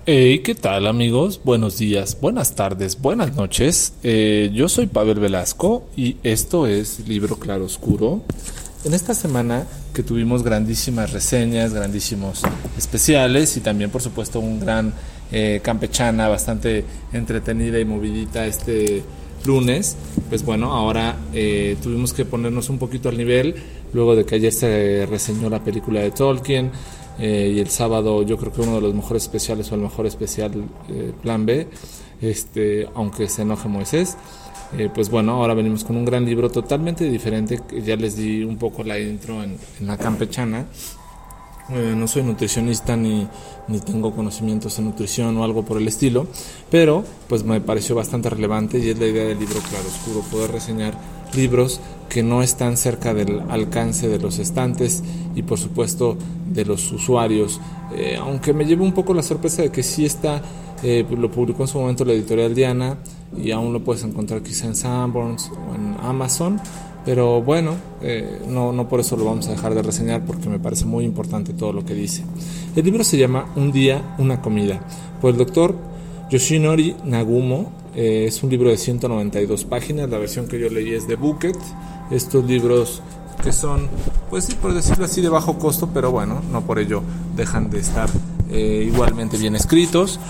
Hey, ¿qué tal amigos? Buenos días, buenas tardes, buenas noches. Yo soy Pavel Velasco y esto es Libro Claroscuro. En esta semana que tuvimos grandísimas reseñas, grandísimos especiales y también por supuesto un gran campechana bastante entretenida y movidita este lunes, pues bueno, ahora tuvimos que ponernos un poquito al nivel luego de que ayer se reseñó la película de Tolkien. Y el sábado yo creo que uno de los mejores especiales o el mejor especial, Plan B, aunque se enoje Moisés. Pues bueno, ahora venimos con un gran libro totalmente diferente, que ya les di un poco la intro en la campechana. No soy nutricionista ni tengo conocimientos en nutrición o algo por el estilo, pero pues me pareció bastante relevante y es la idea del libro Claroscuro, poder reseñar libros que no están cerca del alcance de los estantes y por supuesto de los usuarios, aunque me llevo un poco la sorpresa de que sí está, lo publicó en su momento la editorial Diana y aún lo puedes encontrar quizá en Sanborns o en Amazon. Pero bueno, no por eso lo vamos a dejar de reseñar, porque me parece muy importante todo lo que dice. El libro se llama Un día, una comida, por el doctor Yoshinori Nagumo. Es un libro de 192 páginas, la versión que yo leí es de Booked. Estos libros que son, pues sí, por decirlo así, de bajo costo, pero bueno, no por ello dejan de estar igualmente bien escritos.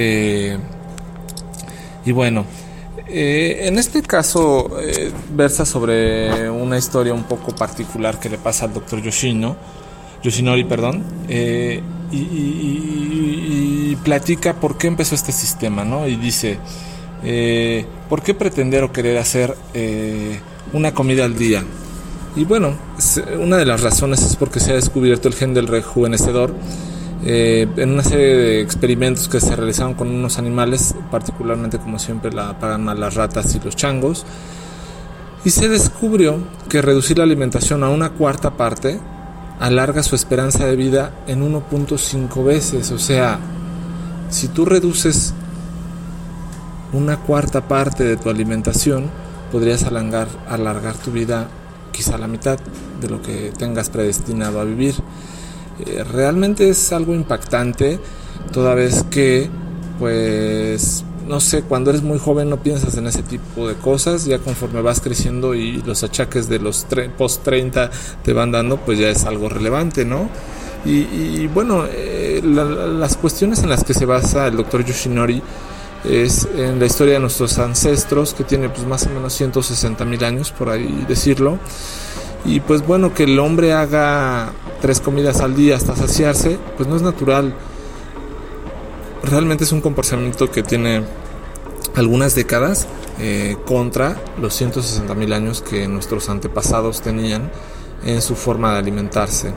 Y bueno, en este caso versa sobre una historia un poco particular que le pasa al doctor Yoshinori, y platica por qué empezó este sistema, ¿no? Y dice, ¿por qué pretender o querer hacer una comida al día? Y bueno, una de las razones es porque se ha descubierto el gen del rejuvenecedor en una serie de experimentos que se realizaron con unos animales, particularmente, como siempre, la pagan más las ratas y los changos, y se descubrió que reducir la alimentación a una cuarta parte alarga su esperanza de vida en 1.5 veces. O sea, si tú reduces una cuarta parte de tu alimentación, podrías alargar tu vida quizá a la mitad de lo que tengas predestinado a vivir. Realmente es algo impactante, toda vez que, pues, no sé, cuando eres muy joven no piensas en ese tipo de cosas. Ya conforme vas creciendo y los achaques de los post 30 te van dando, pues ya es algo relevante, ¿no? Y bueno, las cuestiones en las que se basa el doctor Yoshinori es en la historia de nuestros ancestros, que tiene pues más o menos 160,000 años, por ahí decirlo. Y pues bueno, que el hombre haga 3 comidas al día hasta saciarse, pues no es natural. Realmente es un comportamiento que tiene algunas décadas contra los 160,000 años que nuestros antepasados tenían en su forma de alimentarse.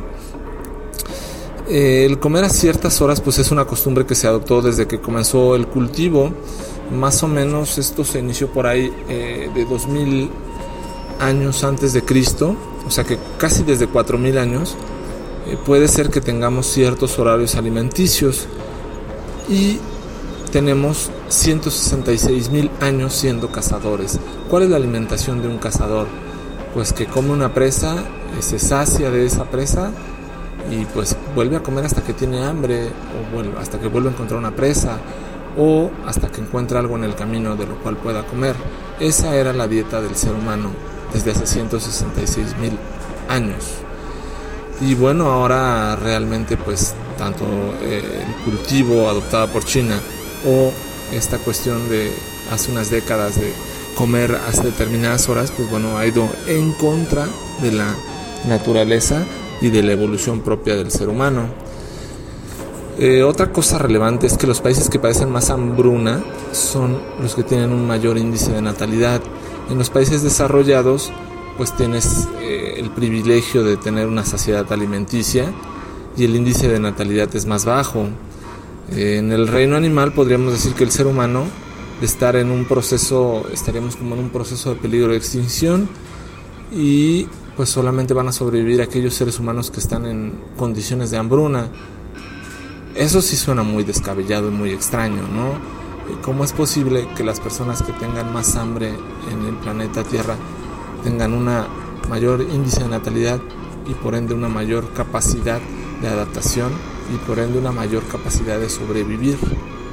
El comer a ciertas horas pues es una costumbre que se adoptó desde que comenzó el cultivo. Más o menos esto se inició por ahí de 2000 años antes de Cristo, o sea que casi desde 4000 años puede ser que tengamos ciertos horarios alimenticios, y tenemos 166,000 años siendo cazadores. ¿Cuál es la alimentación de un cazador? Pues que come una presa, se sacia de esa presa y pues vuelve a comer hasta que tiene hambre, o hasta que vuelve a encontrar una presa, o hasta que encuentra algo en el camino de lo cual pueda comer. Esa era la dieta del ser humano desde hace 166,000 años. Y bueno, ahora realmente pues tanto el cultivo adoptado por China o esta cuestión de hace unas décadas de comer hasta determinadas horas, pues bueno, ha ido en contra de la naturaleza y de la evolución propia del ser humano. Otra cosa relevante es que los países que padecen más hambruna son los que tienen un mayor índice de natalidad. En los países desarrollados pues tienes el privilegio de tener una saciedad alimenticia y el índice de natalidad es más bajo. En el reino animal podríamos decir que el ser humano, de estar en un proceso, estaríamos como en un proceso de peligro de extinción, y pues solamente van a sobrevivir aquellos seres humanos que están en condiciones de hambruna. Eso sí suena muy descabellado y muy extraño, ¿no? ¿Cómo es posible que las personas que tengan más hambre en el planeta Tierra tengan una mayor índice de natalidad y por ende una mayor capacidad de adaptación y por ende una mayor capacidad de sobrevivir?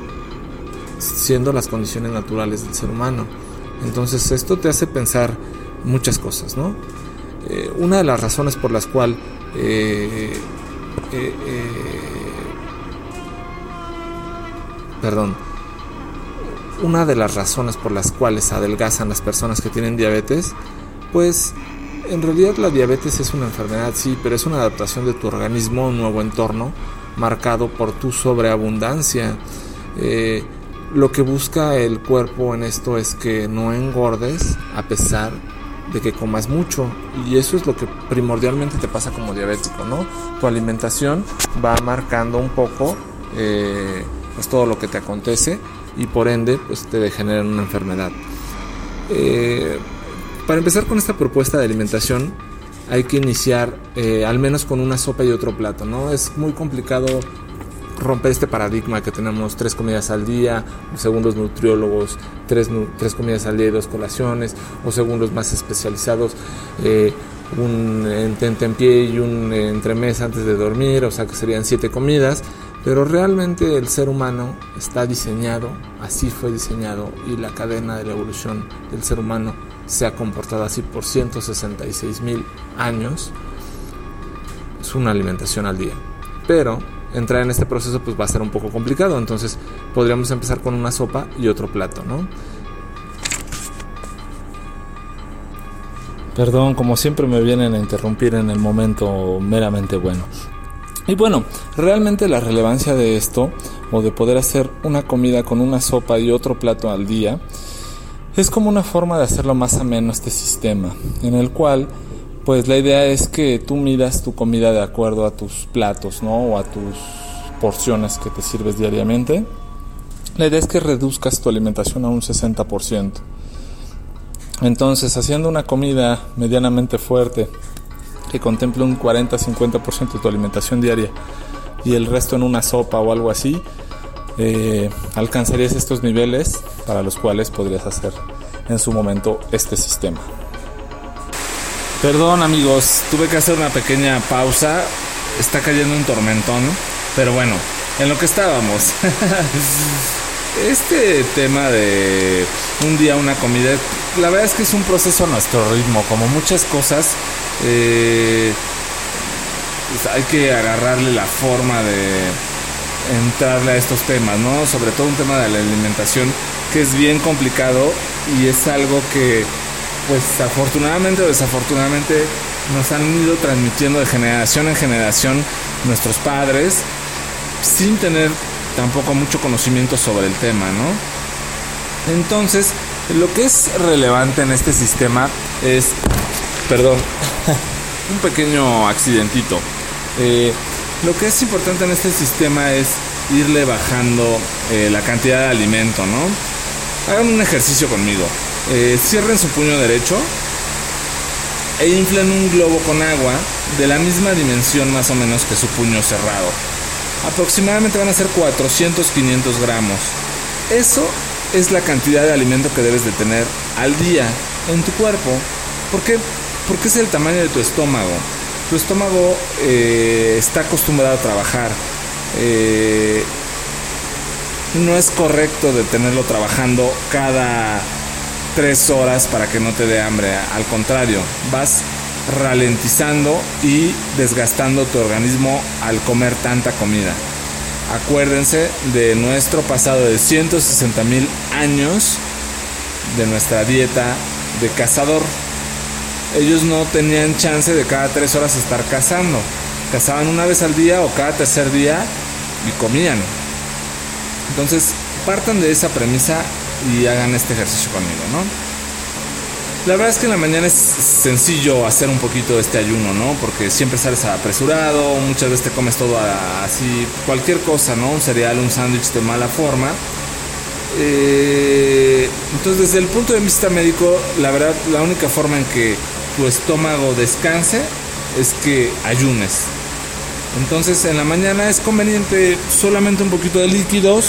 siendo las condiciones naturales del ser humano. Entonces esto te hace pensar muchas cosas, ¿no? Una de las razones por las cuales una de las razones por las cuales adelgazan las personas que tienen diabetes, pues en realidad la diabetes es una enfermedad, sí, pero es una adaptación de tu organismo a un nuevo entorno marcado por tu sobreabundancia. Lo que busca el cuerpo en esto es que no engordes a pesar de que comas mucho, y eso es lo que primordialmente te pasa como diabético, ¿no? Tu alimentación va marcando un poco pues todo lo que te acontece, y por ende pues te degenera en una enfermedad. Para empezar con esta propuesta de alimentación hay que iniciar al menos con una sopa y otro plato, ¿no? Es muy complicado romper este paradigma que tenemos 3 comidas al día, según los nutriólogos, 3 comidas al día y 2 colaciones, o según los más especializados, un tentempié y un entremés antes de dormir, o sea que serían 7 comidas. Pero realmente el ser humano está diseñado, así fue diseñado, y la cadena de la evolución del ser humano se ha comportado así por 166,000 años. Es una alimentación al día, pero entrar en este proceso pues va a ser un poco complicado. Entonces podríamos empezar con una sopa y otro plato, ¿no? Perdón, como siempre me vienen a interrumpir en el momento meramente bueno. Y bueno, realmente la relevancia de esto, o de poder hacer una comida con una sopa y otro plato al día, es como una forma de hacerlo más ameno este sistema, en el cual pues la idea es que tú midas tu comida de acuerdo a tus platos, ¿no? O a tus porciones que te sirves diariamente. La idea es que reduzcas tu alimentación a un 60%. Entonces, haciendo una comida medianamente fuerte, que contemple un 40-50% de tu alimentación diaria, y el resto en una sopa o algo así, alcanzarías estos niveles para los cuales podrías hacer en su momento este sistema. Perdón amigos, tuve que hacer una pequeña pausa, está cayendo un tormentón, pero bueno, en lo que estábamos. Este tema de un día una comida, la verdad es que es un proceso a nuestro ritmo, como muchas cosas. Pues hay que agarrarle la forma de entrarle a estos temas, ¿no? Sobre todo un tema de la alimentación que es bien complicado, y es algo que pues afortunadamente o desafortunadamente nos han ido transmitiendo de generación en generación nuestros padres, sin tener tampoco mucho conocimiento sobre el tema, ¿no? Entonces, lo que es relevante en este sistema es, perdón, un pequeño accidentito. Lo que es importante en este sistema es irle bajando la cantidad de alimento, ¿no? Hagan un ejercicio conmigo. Cierren su puño derecho e inflen un globo con agua de la misma dimensión más o menos que su puño cerrado. Aproximadamente van a ser 400-500 gramos. Eso es la cantidad de alimento que debes de tener al día en tu cuerpo. ¿Por qué? Porque es el tamaño de tu estómago. Tu estómago está acostumbrado a trabajar. No es correcto de tenerlo trabajando cada 3 horas para que no te dé hambre. Al contrario, vas ralentizando y desgastando tu organismo al comer tanta comida. Acuérdense de nuestro pasado de 160,000 años, de nuestra dieta de cazador. Ellos no tenían chance de cada 3 horas estar cazando. Cazaban una vez al día o cada tercer día y comían. Entonces, partan de esa premisa y hagan este ejercicio conmigo, ¿no? La verdad es que en la mañana es sencillo hacer un poquito este ayuno, ¿no? Porque siempre sales apresurado, muchas veces te comes todo así, cualquier cosa, ¿no? Un cereal, un sándwich de mala forma. Entonces, desde el punto de vista médico, la verdad, la única forma en que tu estómago descanse es que ayunes. Entonces, en la mañana es conveniente solamente un poquito de líquidos.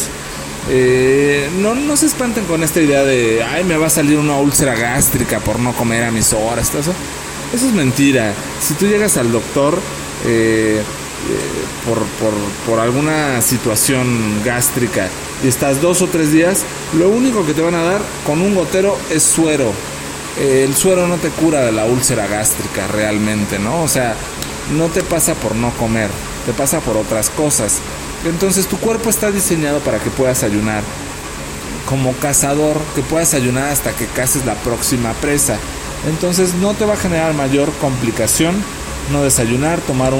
No se espanten con esta idea de ay, me va a salir una úlcera gástrica por no comer a mis horas. Eso es mentira. Si tú llegas al doctor, por alguna situación gástrica y estás 2 o 3 días, lo único que te van a dar con un gotero es suero. El suero no te cura de la úlcera gástrica realmente, ¿no? O sea, no te pasa por no comer, te pasa por otras cosas. Entonces tu cuerpo está diseñado para que puedas ayunar como cazador, que puedas ayunar hasta que caces la próxima presa. Entonces no te va a generar mayor complicación no desayunar, tomar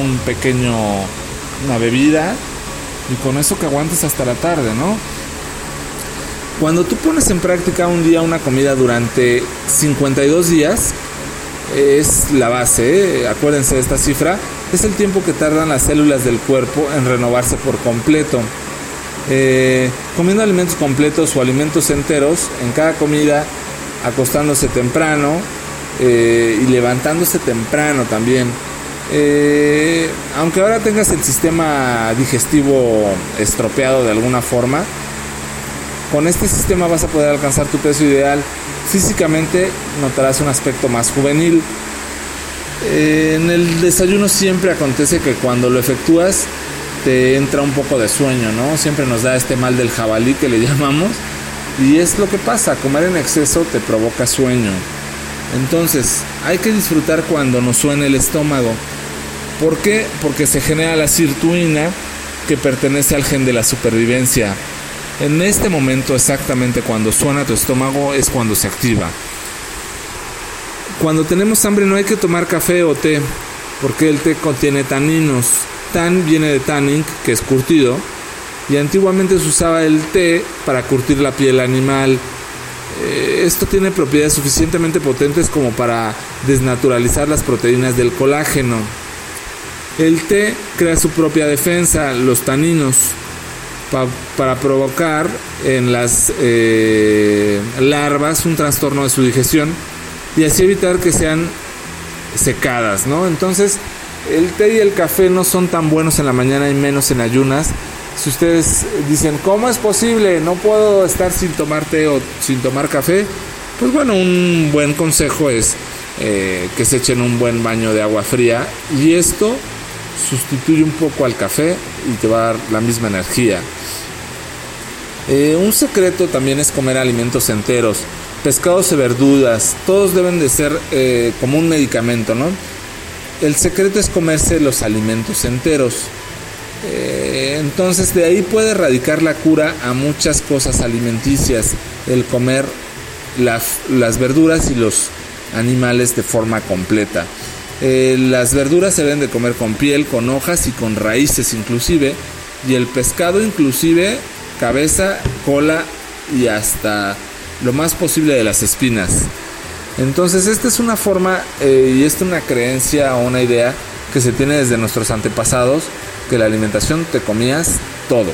una bebida y con eso que aguantes hasta la tarde, ¿no? Cuando tú pones en práctica un día una comida durante 52 días, es la base, acuérdense de esta cifra, es el tiempo que tardan las células del cuerpo en renovarse por completo. Comiendo alimentos completos o alimentos enteros en cada comida, acostándose temprano y levantándose temprano también. Aunque ahora tengas el sistema digestivo estropeado de alguna forma, con este sistema vas a poder alcanzar tu peso ideal. Físicamente notarás un aspecto más juvenil. En el desayuno siempre acontece que cuando lo efectúas te entra un poco de sueño, ¿no? Siempre nos da este mal del jabalí que le llamamos, y es lo que pasa, comer en exceso te provoca sueño. Entonces hay que disfrutar cuando nos suene el estómago. ¿Por qué? Porque se genera la sirtuina, que pertenece al gen de la supervivencia. En este momento, exactamente cuando suena tu estómago, es cuando se activa. Cuando tenemos hambre no hay que tomar café o té, porque el té contiene taninos. Tan viene de tanning, que es curtido, y antiguamente se usaba el té para curtir la piel animal. Esto tiene propiedades suficientemente potentes como para desnaturalizar las proteínas del colágeno. El té crea su propia defensa, los taninos, para provocar en las larvas un trastorno de su digestión y así evitar que sean secadas, ¿no? Entonces, el té y el café no son tan buenos en la mañana y menos en ayunas. Si ustedes dicen, ¿cómo es posible? No puedo estar sin tomar té o sin tomar café. Pues bueno, un buen consejo es que se echen un buen baño de agua fría, y esto sustituye un poco al café y te va a dar la misma energía. Un secreto también es comer alimentos enteros, pescados y verduras. Todos deben de ser como un medicamento, ¿no? El secreto es comerse los alimentos enteros. Entonces de ahí puede radicar la cura a muchas cosas alimenticias, el comer las verduras y los animales de forma completa. Las verduras se deben de comer con piel, con hojas y con raíces inclusive, y el pescado inclusive cabeza, cola y hasta lo más posible de las espinas. Entonces esta es una forma y esta es una creencia o una idea que se tiene desde nuestros antepasados, que la alimentación te comías todo.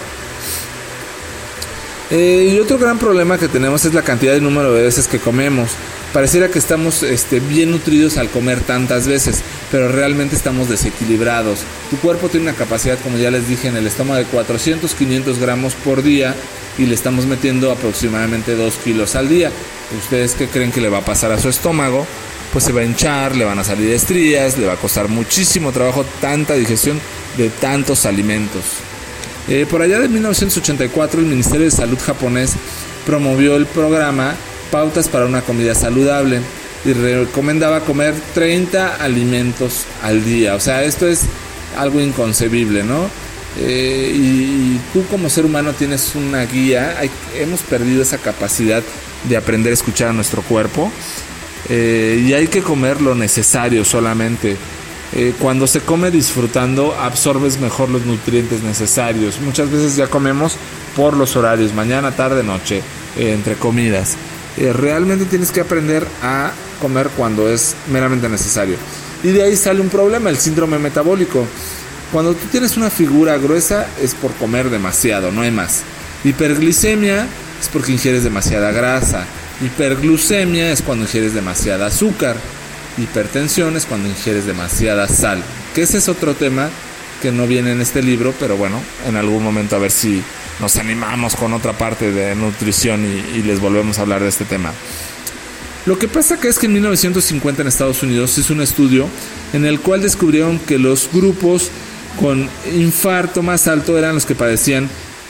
Y otro gran problema que tenemos es la cantidad y número de veces que comemos. Pareciera que estamos bien nutridos al comer tantas veces, pero realmente estamos desequilibrados. Tu cuerpo tiene una capacidad, como ya les dije, en el estómago de 400-500 gramos por día, y le estamos metiendo aproximadamente 2 kilos al día. ¿Ustedes qué creen que le va a pasar a su estómago? Pues se va a hinchar, le van a salir estrías, le va a costar muchísimo trabajo tanta digestión de tantos alimentos. Por allá de 1984 el Ministerio de Salud japonés promovió el programa Pautas para una comida saludable y recomendaba comer 30 alimentos al día. O sea, esto es algo inconcebible, ¿no? Y tú como ser humano tienes una guía. Hemos perdido esa capacidad de aprender a escuchar a nuestro cuerpo, y hay que comer lo necesario solamente. Cuando se come disfrutando, absorbes mejor los nutrientes necesarios. Muchas veces ya comemos por los horarios, mañana, tarde, noche, entre comidas. Realmente tienes que aprender a comer cuando es meramente necesario. Y de ahí sale un problema, el síndrome metabólico. Cuando tú tienes una figura gruesa es por comer demasiado, no hay más. Hiperglicemia es porque ingieres demasiada grasa. Hiperglucemia es cuando ingieres demasiada azúcar. Hipertensión es cuando ingieres demasiada sal, que ese es otro tema que no viene en este libro, pero bueno, en algún momento a ver si nos animamos con otra parte de nutrición y les volvemos a hablar de este tema. Lo que pasa que es que en 1950 en Estados Unidos se hizo un estudio en el cual descubrieron que los grupos con infarto más alto eran los que padecían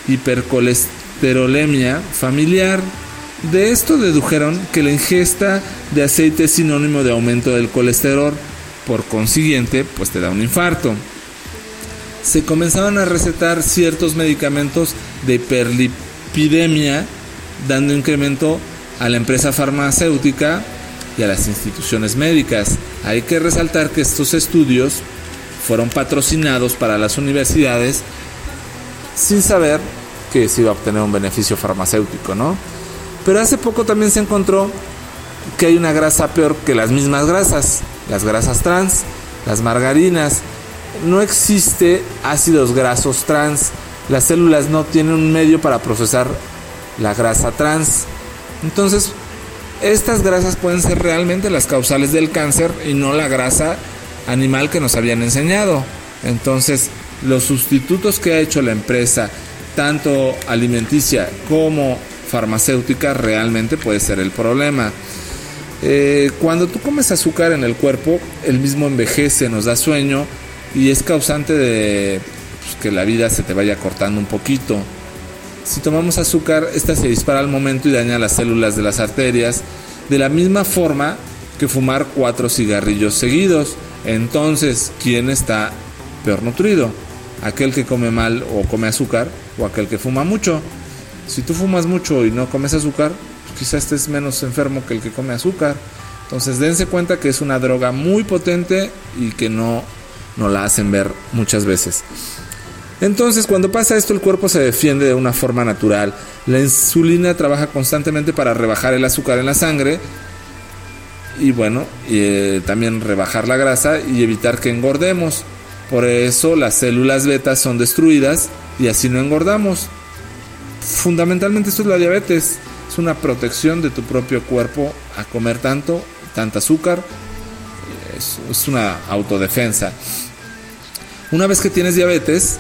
hipercolesterolemia familiar. De esto dedujeron que la ingesta de aceite es sinónimo de aumento del colesterol, por consiguiente, pues te da un infarto. Se comenzaban a recetar ciertos medicamentos de hiperlipidemia, dando incremento a la empresa farmacéutica y a las instituciones médicas. Hay que resaltar que estos estudios fueron patrocinados para las universidades sin saber que se iba a obtener un beneficio farmacéutico, ¿no? Pero hace poco también se encontró que hay una grasa peor que las mismas grasas, las grasas trans, las margarinas. No existe ácidos grasos trans. Las células no tienen un medio para procesar la grasa trans. Entonces, estas grasas pueden ser realmente las causales del cáncer y no la grasa animal que nos habían enseñado. Entonces, los sustitutos que ha hecho la empresa, tanto alimenticia como farmacéutica, realmente puede ser el problema. Cuando tú comes azúcar en el cuerpo, el mismo envejece, nos da sueño y es causante de que la vida se te vaya cortando un poquito. Si tomamos azúcar, esta se dispara al momento y daña las células de las arterias, de la misma forma que fumar 4 cigarrillos seguidos. Entonces, ¿quién está peor nutrido? ¿Aquel que come mal o come azúcar o aquel que fuma mucho? Si tú fumas mucho y no comes azúcar, pues quizás estés menos enfermo que el que come azúcar. Entonces dense cuenta que es una droga muy potente y que no la hacen ver muchas veces. Entonces, cuando pasa esto, el cuerpo se defiende de una forma natural. La insulina trabaja constantemente para rebajar el azúcar en la sangre y también rebajar la grasa y evitar que engordemos. Por eso las células beta son destruidas y así no engordamos. Fundamentalmente esto es la diabetes. Es una protección de tu propio cuerpo a comer tanta azúcar. Es una autodefensa. Una vez que tienes diabetes,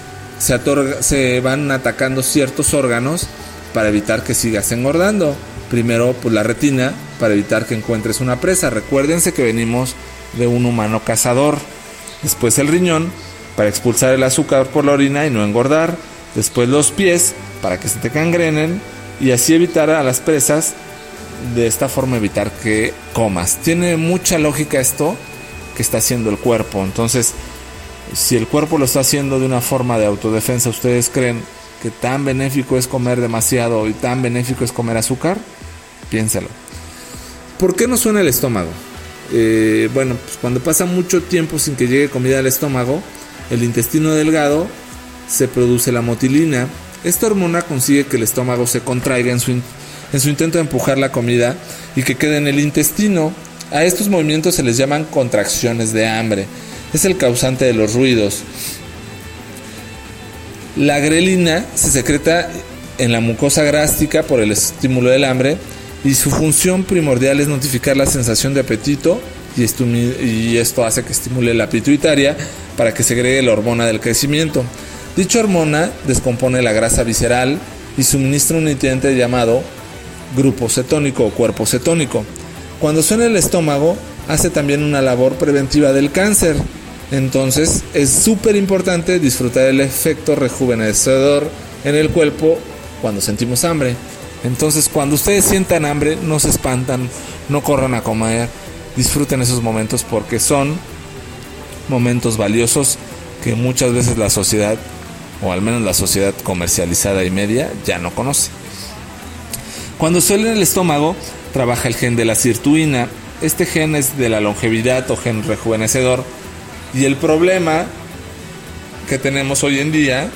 se van atacando ciertos órganos para evitar que sigas engordando. Primero, pues la retina, para evitar que encuentres una presa. Recuérdense que venimos de un humano cazador. Después el riñón, para expulsar el azúcar por la orina y no engordar. Después los pies, para que se te cangrenen y así evitar a las presas. De esta forma evitar que comas. Tiene mucha lógica esto que está haciendo el cuerpo. Entonces, si el cuerpo lo está haciendo de una forma de autodefensa, ¿ustedes creen que tan benéfico es comer demasiado y tan benéfico es comer azúcar? Piénsalo. ¿Por qué nos suena el estómago? Pues cuando pasa mucho tiempo sin que llegue comida al estómago, el intestino delgado se produce la motilina. Esta hormona consigue que el estómago se contraiga en su intento de empujar la comida y que quede en el intestino. A estos movimientos se les llaman contracciones de hambre. Es el causante de los ruidos. La grelina se secreta en la mucosa gástrica por el estímulo del hambre y su función primordial es notificar la sensación de apetito y esto hace que estimule la pituitaria para que segregue la hormona del crecimiento. Dicha hormona descompone la grasa visceral y suministra un nutriente llamado grupo cetónico o cuerpo cetónico. Cuando suena el estómago, hace también una labor preventiva del cáncer. Entonces es súper importante disfrutar el efecto rejuvenecedor en el cuerpo cuando sentimos hambre. Entonces, cuando ustedes sientan hambre, no se espantan, no corran a comer, disfruten esos momentos porque son momentos valiosos que muchas veces la sociedad, o al menos la sociedad comercializada y media, ya no conoce. Cuando suena el estómago, trabaja el gen de la sirtuina. Este gen es de la longevidad o gen rejuvenecedor. Y el problema que tenemos hoy en día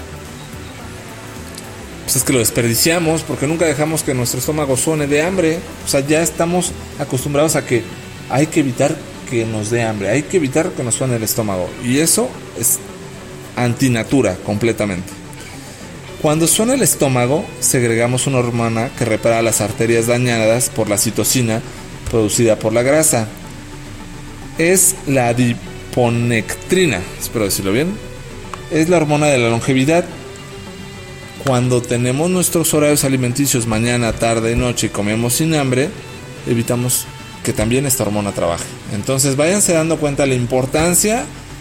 pues es que lo desperdiciamos porque nunca dejamos que nuestro estómago suene de hambre. O sea, ya estamos acostumbrados a que hay que evitar que nos dé hambre, hay que evitar que nos suene el estómago. Y eso es antinatura completamente. Cuando suena el estómago, segregamos una hormona que repara las arterias dañadas por la citocina producida por la grasa. Es la adiponectrina, espero decirlo bien. Es la hormona de la longevidad. Cuando tenemos nuestros horarios alimenticios mañana, tarde y noche y comemos sin hambre, evitamos que también esta hormona trabaje. Entonces váyanse dando cuenta de la importancia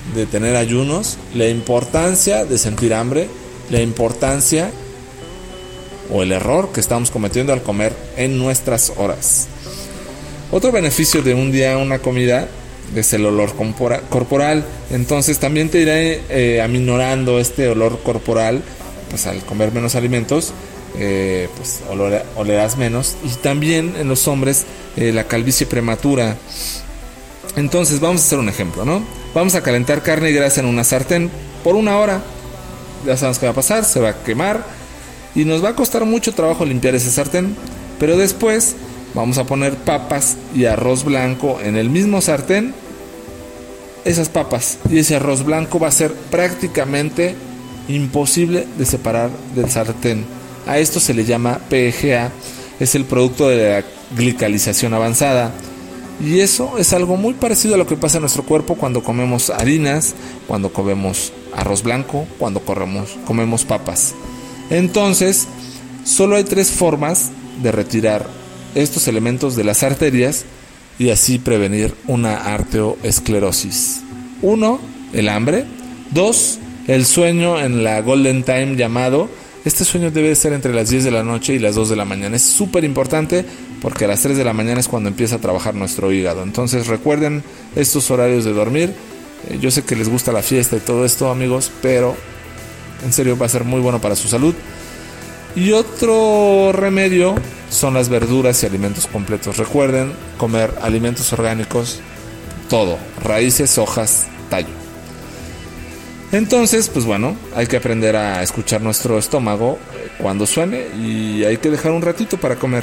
de tener ayunos, la importancia de sentir hambre, la importancia o el error que estamos cometiendo al comer en nuestras horas. Otro beneficio de un día una comida es el olor corporal. Entonces también te irá aminorando este olor corporal, pues al comer menos alimentos, pues olerás menos. Y también en los hombres la calvicie prematura. Entonces vamos a hacer un ejemplo, ¿no? Vamos a calentar carne y grasa en una sartén por 1 hora. Ya sabemos qué va a pasar, se va a quemar y nos va a costar mucho trabajo limpiar esa sartén. Pero después vamos a poner papas y arroz blanco en el mismo sartén. Esas papas y ese arroz blanco va a ser prácticamente imposible de separar del sartén. A esto se le llama PGA, es el producto de la glicalización avanzada. Y eso es algo muy parecido a lo que pasa en nuestro cuerpo cuando comemos harinas, cuando comemos arroz blanco, cuando comemos papas. Entonces, solo hay 3 formas de retirar estos elementos de las arterias y así prevenir una arteriosclerosis. 1, el hambre. 2, el sueño en la golden time llamado. Este sueño debe ser entre las 10 de la noche y las 2 de la mañana. Es súper importante porque a las 3 de la mañana es cuando empieza a trabajar nuestro hígado. Entonces recuerden estos horarios de dormir. Yo sé que les gusta la fiesta y todo esto, amigos, pero en serio va a ser muy bueno para su salud. Y otro remedio son las verduras y alimentos completos. Recuerden comer alimentos orgánicos, todo, raíces, hojas, tallo. Entonces, pues bueno, hay que aprender a escuchar nuestro estómago cuando suene y hay que dejar un ratito para comer.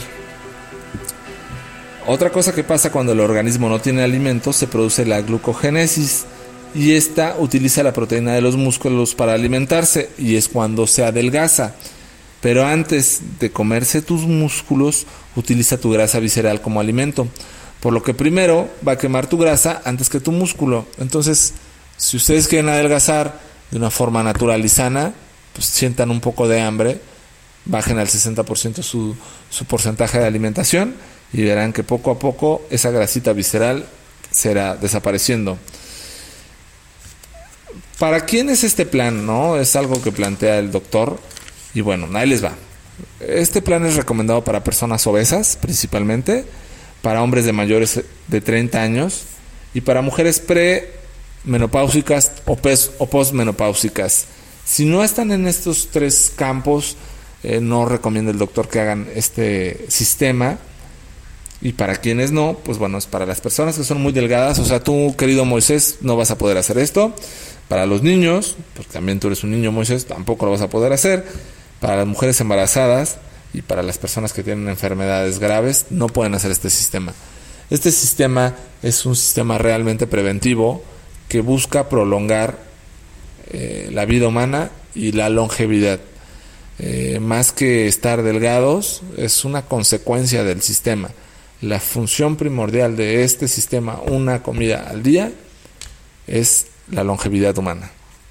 Otra cosa que pasa cuando el organismo no tiene alimentos, se produce la glucogénesis y esta utiliza la proteína de los músculos para alimentarse y es cuando se adelgaza. Pero antes de comerse tus músculos, utiliza tu grasa visceral como alimento. Por lo que primero va a quemar tu grasa antes que tu músculo. Entonces, si ustedes quieren adelgazar de una forma natural y sana, pues sientan un poco de hambre, bajen al 60% su porcentaje de alimentación y verán que poco a poco esa grasita visceral será desapareciendo. ¿Para quién es este plan, no? Es algo que plantea el doctor. Y bueno, ahí les va. Este plan es recomendado para personas obesas, principalmente, para hombres de mayores de 30 años y para mujeres premenopáusicas o postmenopáusicas. Si no están en estos 3 campos, no recomienda el doctor que hagan este sistema. Y para quienes no, pues bueno, es para las personas que son muy delgadas. O sea, tú, querido Moisés, no vas a poder hacer esto. Para los niños, pues también tú eres un niño, Moisés, tampoco lo vas a poder hacer. Para las mujeres embarazadas y para las personas que tienen enfermedades graves, no pueden hacer este sistema. Este sistema es un sistema realmente preventivo que busca prolongar la vida humana y la longevidad. Más que estar delgados, es una consecuencia del sistema. La función primordial de este sistema, una comida al día, es la longevidad humana.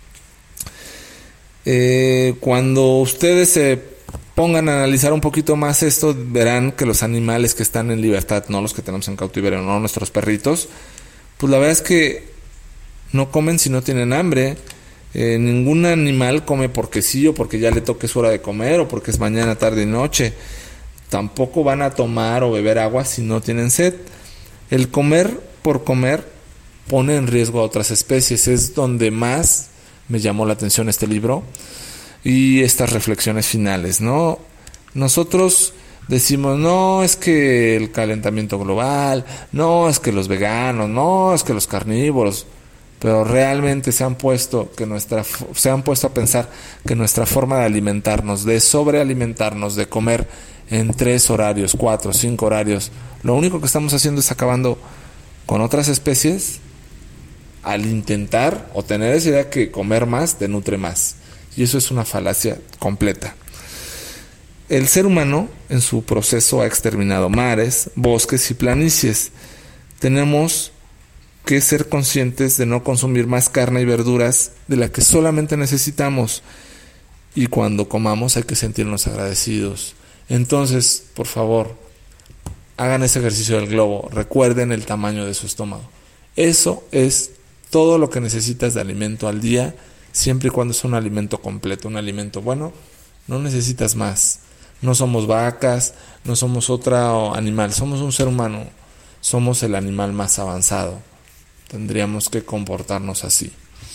Cuando ustedes se pongan a analizar un poquito más esto, verán que los animales que están en libertad, no los que tenemos en cautiverio, no nuestros perritos, pues la verdad es que no comen si no tienen hambre. Ningún animal come porque sí o porque ya le toque su hora de comer o porque es mañana, tarde y noche. Tampoco van a tomar o beber agua si no tienen sed. El comer por comer pone en riesgo a otras especies. Es donde más me llamó la atención este libro y estas reflexiones finales, ¿no? Nosotros decimos, no, es que el calentamiento global, no, es que los veganos, no, es que los carnívoros, pero realmente se han puesto a pensar que nuestra forma de alimentarnos, de sobrealimentarnos, de comer en 3 horarios, 4, 5 horarios, lo único que estamos haciendo es acabando con otras especies al intentar o tener esa idea que comer más te nutre más. Y eso es una falacia completa. El ser humano en su proceso ha exterminado mares, bosques y planicies. Tenemos que ser conscientes de no consumir más carne y verduras de la que solamente necesitamos. Y cuando comamos hay que sentirnos agradecidos. Entonces, por favor, hagan ese ejercicio del globo. Recuerden el tamaño de su estómago. Eso es todo lo que necesitas de alimento al día, siempre y cuando es un alimento completo, un alimento bueno. No necesitas más. No somos vacas, no somos otro animal, somos un ser humano. Somos el animal más avanzado. Tendríamos que comportarnos así.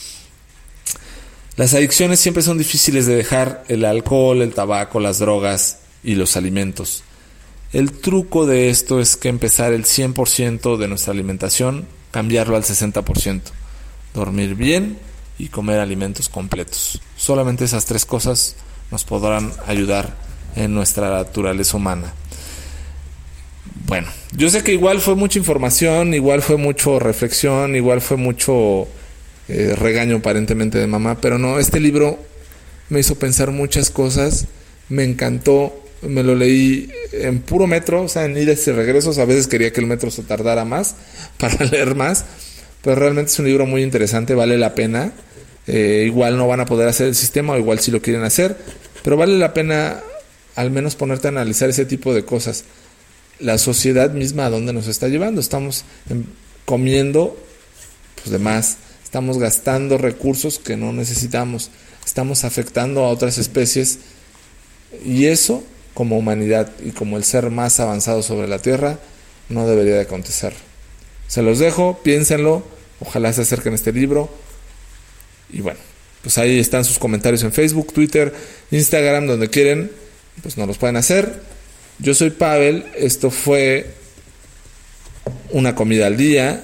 Las adicciones siempre son difíciles de dejar: el alcohol, el tabaco, las drogas y los alimentos. El truco de esto es que empezar el 100% de nuestra alimentación, cambiarlo al 60%. Dormir bien y comer alimentos completos. Solamente esas 3 cosas nos podrán ayudar en nuestra naturaleza humana. Bueno, yo sé que igual fue mucha información, igual fue mucho reflexión, igual fue mucho regaño aparentemente de mamá, pero no, este libro me hizo pensar muchas cosas, me encantó, me lo leí en puro metro, o sea, en idas y regresos. A veces quería que el metro se tardara más para leer más, pero realmente es un libro muy interesante, vale la pena. Igual no van a poder hacer el sistema, o igual sí lo quieren hacer, pero vale la pena al menos ponerte a analizar ese tipo de cosas. La sociedad misma, ¿a dónde nos está llevando? Estamos comiendo pues de más, estamos gastando recursos que no necesitamos, estamos afectando a otras especies, y eso, como humanidad y como el ser más avanzado sobre la Tierra, no debería de acontecer. Se los dejo, piénsenlo, ojalá se acerquen a este libro. Y bueno, pues ahí están sus comentarios en Facebook, Twitter, Instagram, donde quieren, pues nos los pueden hacer. Yo soy Pavel, esto fue Una comida al día,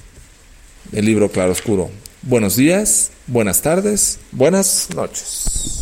del libro Claroscuro. Buenos días, buenas tardes, buenas noches.